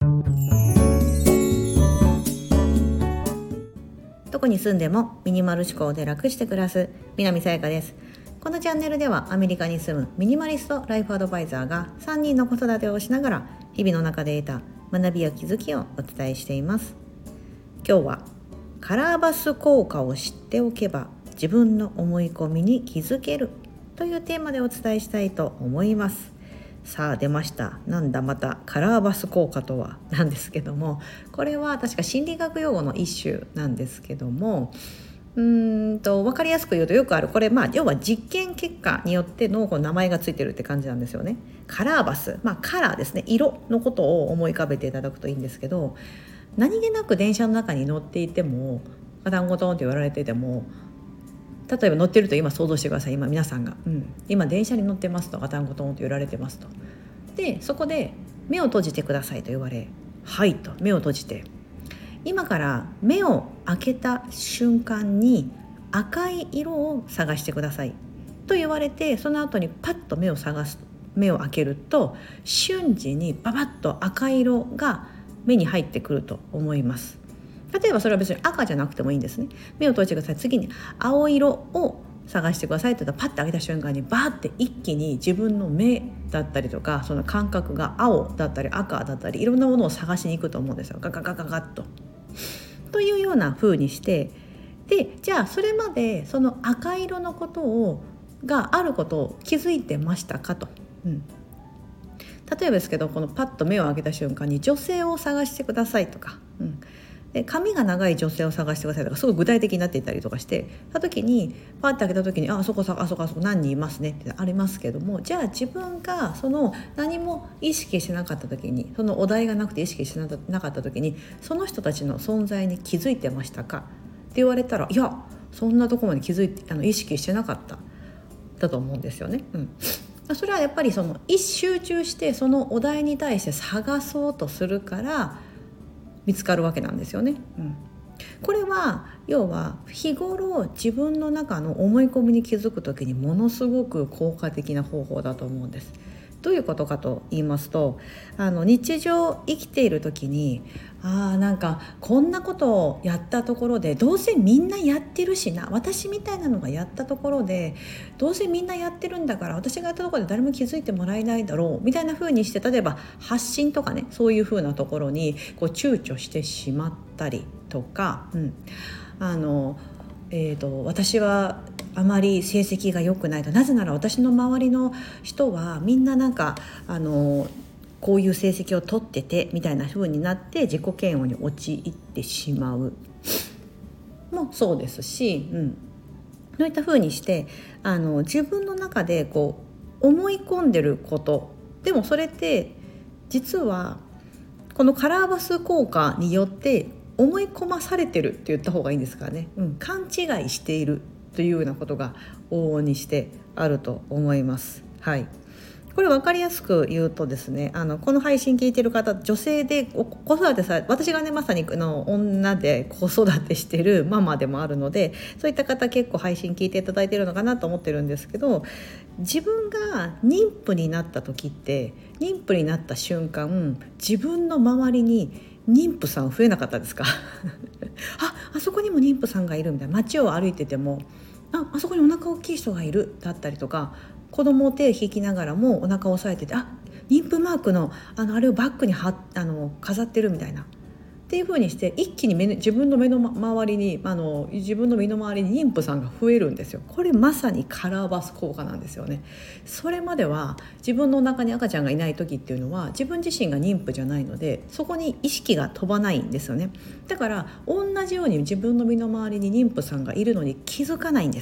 どこに住んでもミニマル思考で楽して暮らす南さやかです。このチャンネルではアメリカに住むミニマリストライフアドバイザーが3人の子育てをしながら日々の中で得た学びや気づきをお伝えしています。今日はカラーバス効果を知っておけば自分の思い込みに気づけるというテーマでお伝えしたいと思います。さあ出ました。なんだまたカラーバス効果とはなんですけども、これは確か心理学用語の一種なんですけども、分かりやすく言うとよくあるこれ、要は実験結果によって脳の名前がついてるって感じなんですよね。カラーバス、カラーですね、色のことを思い浮かべていただくといいんですけど、何気なく電車の中に乗っていてもガタンゴトンって言われてても、例えば乗ってると今想像してください。今皆さんが、今電車に乗ってますとガタンゴトンと言われてますと。でそこで目を閉じてくださいと言われ、はいと目を閉じて、今から目を開けた瞬間に赤い色を探してくださいと言われて、その後にパッと目を開けると瞬時にババッと赤い色が目に入ってくると思います。例えばそれは別に赤じゃなくてもいいんですね。目を閉じてください。次に青色を探してくださいと言ったら、パッと開けた瞬間にバーって一気に自分の目だったりとか、その感覚が青だったり赤だったりいろんなものを探しに行くと思うんですよ。ガガガガガッというような風にして、でじゃあそれまでその赤色のことがあることを気づいてましたかと。例えばですけど、このパッと目を開けた瞬間に女性を探してくださいとか、で髪が長い女性を探してくださいとか、すごい具体的になっていたりとかしてた時に、パッと開けた時にあそこ何人いますねってありますけども、じゃあ自分がその何も意識しなかった時に、そのお題がなくて意識しなかった時に、その人たちの存在に気づいてましたかって言われたら、いやそんなところまで意識してなかっただと思うんですよね。それはやっぱり集中してそのお題に対して探そうとするから見つかるわけなんですよね。これは要は日頃自分の中の思い込みに気づくときにものすごく効果的な方法だと思うんです。どういうことかと言いますと、日常生きているときになんかこんなことをやったところでどうせみんなやってるしな、私みたいなのがやったところでどうせみんなやってるんだから私がやったところで誰も気づいてもらえないだろうみたいな風にして、例えば発信とかね、そういう風なところに躊躇してしまったりとか、私はあまり成績が良くないと、なぜなら私の周りの人はみんなこういう成績を取っててみたいな風になって自己嫌悪に陥ってしまうもそうですし、そういった風にして自分の中で思い込んでること、でもそれって実はこのカラーバス効果によって思い込まされてるって言った方がいいんですかね。勘違いしているというようなことが往々にしてあると思います。これ分かりやすく言うとですね、この配信聞いてる方、女性で子育て私がねまさに女で子育てしてるママでもあるので、そういった方結構配信聞いていただいてるのかなと思ってるんですけど、自分が妊婦になった時って、妊婦になった瞬間自分の周りに妊婦さん増えなかったですかあそこにも妊婦さんがいるみたいな、街を歩いててもあそこにお腹大きい人がいるだったりとか、子供を手を引きながらもお腹を押さえてて、妊婦マークのあれをバッグに飾ってるみたいなっていう風にして、一気に自分の身の回りに妊婦さんが増えるんですよ。これまさにカラーバス効果なんですよね。それまでは自分の中に赤ちゃんがいない時っていうのは自分自身が妊婦じゃないので、そこに意識が飛ばないんですよね。だから同じように自分の身の回りに妊婦さんがいるのに気づかないんです。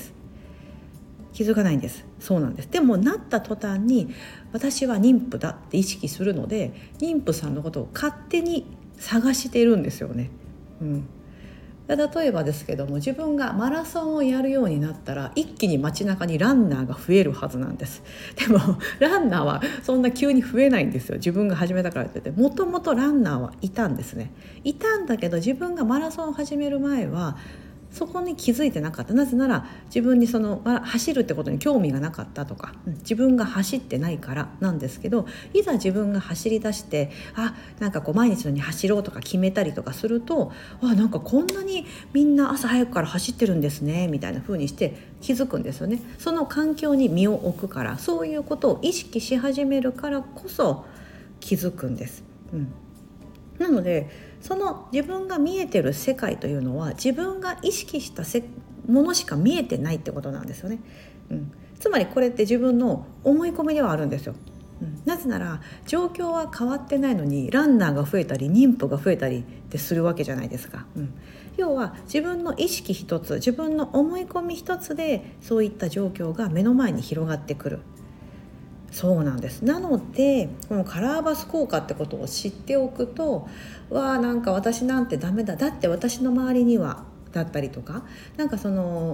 そうなんです。でもなった途端に私は妊婦だって意識するので、妊婦さんのことを勝手に探しているんですよね。例えばですけども、自分がマラソンをやるようになったら一気に街中にランナーが増えるはずなんです。でもランナーはそんな急に増えないんですよ。自分が始めたからって言って、もともとランナーはいたんですね。いたんだけど、自分がマラソンを始める前はそこに気づいてなかった。なぜなら自分に走るってことに興味がなかったとか、自分が走ってないからなんですけど、いざ自分が走り出してなんか毎日のように走ろうとか決めたりとかすると、なんかこんなにみんな朝早くから走ってるんですねみたいな風にして気づくんですよね。その環境に身を置くから、そういうことを意識し始めるからこそ気づくんです。なのでその自分が見えてる世界というのは自分が意識したものしか見えてないってことなんですよね。つまりこれって自分の思い込みではあるんですよ。なぜなら状況は変わってないのにランナーが増えたり妊婦が増えたりってするわけじゃないですか。要は自分の意識一つ、自分の思い込み一つでそういった状況が目の前に広がってくる。そうなんです。なのでこのカラーバス効果ってことを知っておくと、なんか私なんてダメだ、だって私の周りにはだったりとか、なんか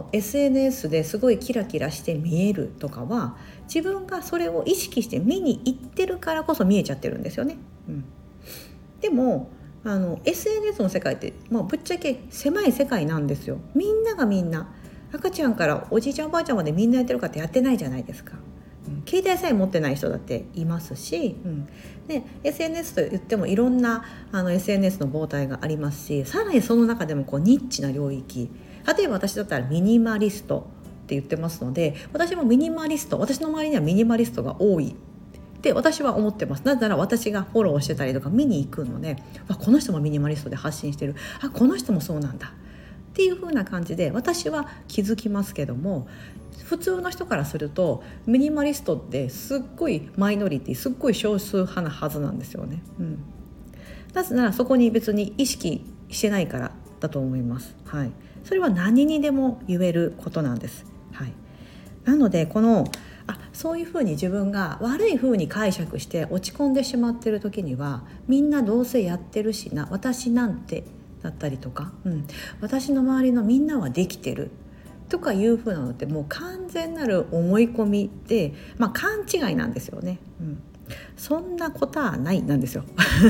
SNS ですごいキラキラして見えるとかは自分がそれを意識して見に行ってるからこそ見えちゃってるんですよね。でもSNS の世界って、ぶっちゃけ狭い世界なんですよ。みんながみんな、赤ちゃんからおじいちゃんおばあちゃんまでみんなやってるかってやってないじゃないですか。携帯さえ持ってない人だっていますし、で SNS といってもいろんなSNS の傍体がありますし、さらにその中でもニッチな領域、例えば私だったらミニマリストって言ってますので、私もミニマリスト、私の周りにはミニマリストが多いって私は思ってます。なぜなら私がフォローしてたりとか見に行くので、この人もミニマリストで発信してる、この人もそうなんだっていう風な感じで私は気づきますけども、普通の人からするとミニマリストってすっごいマイノリティ、すっごい少数派なはずなんですよね。なぜならそこに別に意識してないからだと思います。それは何にでも言えることなんです。なのでそういうふうに自分が悪いふうに解釈して落ち込んでしまっている時には、みんなどうせやってるしな、私なんてだったりとか、私の周りのみんなはできてるとかいう風なのってもう完全なる思い込みで、勘違いなんですよね。そんなことはないなんですよ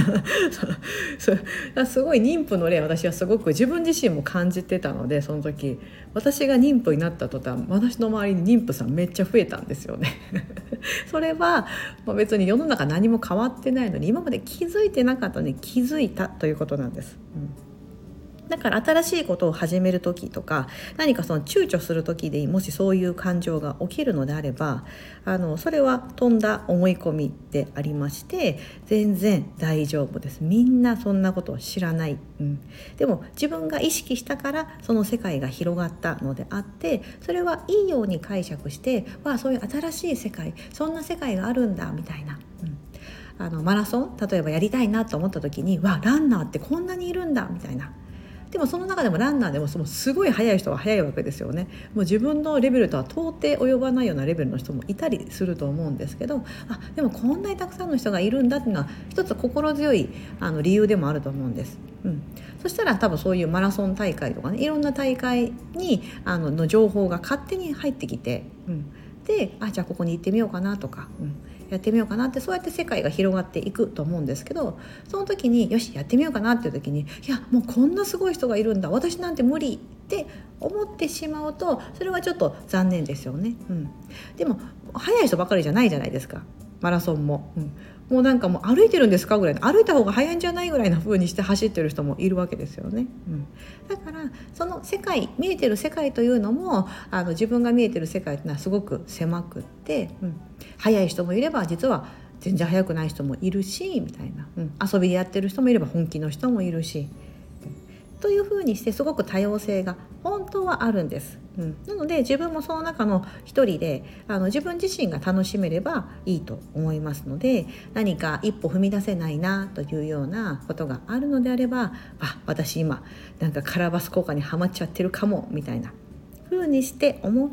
すごい妊婦の例、私はすごく自分自身も感じてたので、その時私が妊婦になった途端、私の周りに妊婦さんめっちゃ増えたんですよねそれは別に世の中何も変わってないのに、今まで気づいてなかったのに気づいたということなんです。だから新しいことを始める時とか、何か躊躇する時でもしそういう感情が起きるのであれば、それは飛んだ思い込みでありまして、全然大丈夫です。みんなそんなことを知らない、でも自分が意識したからその世界が広がったのであって、それはいいように解釈して、そういう新しい世界、そんな世界があるんだみたいな、マラソン例えばやりたいなと思った時に、ランナーってこんなにいるんだみたいな。でもその中でもランナーでもすごい速い人は速いわけですよね。もう自分のレベルとは到底及ばないようなレベルの人もいたりすると思うんですけど、でもこんなにたくさんの人がいるんだっていうのは一つ心強い理由でもあると思うんです。そしたら多分そういうマラソン大会とかね、いろんな大会にの情報が勝手に入ってきて、でじゃあここに行ってみようかなとか、やってみようかなって、そうやって世界が広がっていくと思うんですけど、その時によしやってみようかなっていう時に、いやもうこんなすごい人がいるんだ、私なんて無理って思ってしまうと、それはちょっと残念ですよね。でも速い人ばかりじゃないじゃないですか、マラソンも。もうなんかもう歩いてるんですかぐらい、歩いた方が早いんじゃないぐらいな風にして走ってる人もいるわけですよね。だからその世界、見えてる世界というのも自分が見えてる世界というのはすごく狭くって、速い人もいれば実は全然速くない人もいるしみたいな、遊びでやってる人もいれば本気の人もいるし、というふうにしてすごく多様性が本当はあるんです。なので自分もその中の一人で自分自身が楽しめればいいと思いますので、何か一歩踏み出せないなというようなことがあるのであれば、私今なんかカラーバス効果にはまっちゃってるかもみたいな風にして思って、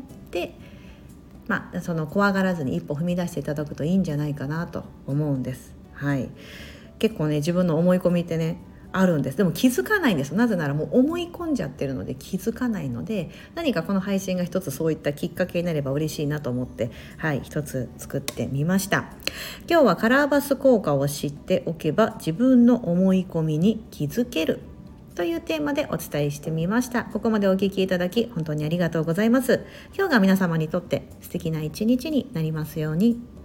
その怖がらずに一歩踏み出していただくといいんじゃないかなと思うんです。結構ね、自分の思い込みってねあるんです。でも気づかないんです。なぜならもう思い込んじゃってるので気づかないので、何かこの配信が一つそういったきっかけになれば嬉しいなと思って、一つ作ってみました。今日はカラーバス効果を知っておけば自分の思い込みに気づけるというテーマでお伝えしてみました。ここまでお聞きいただき本当にありがとうございます。今日が皆様にとって素敵な一日になりますように。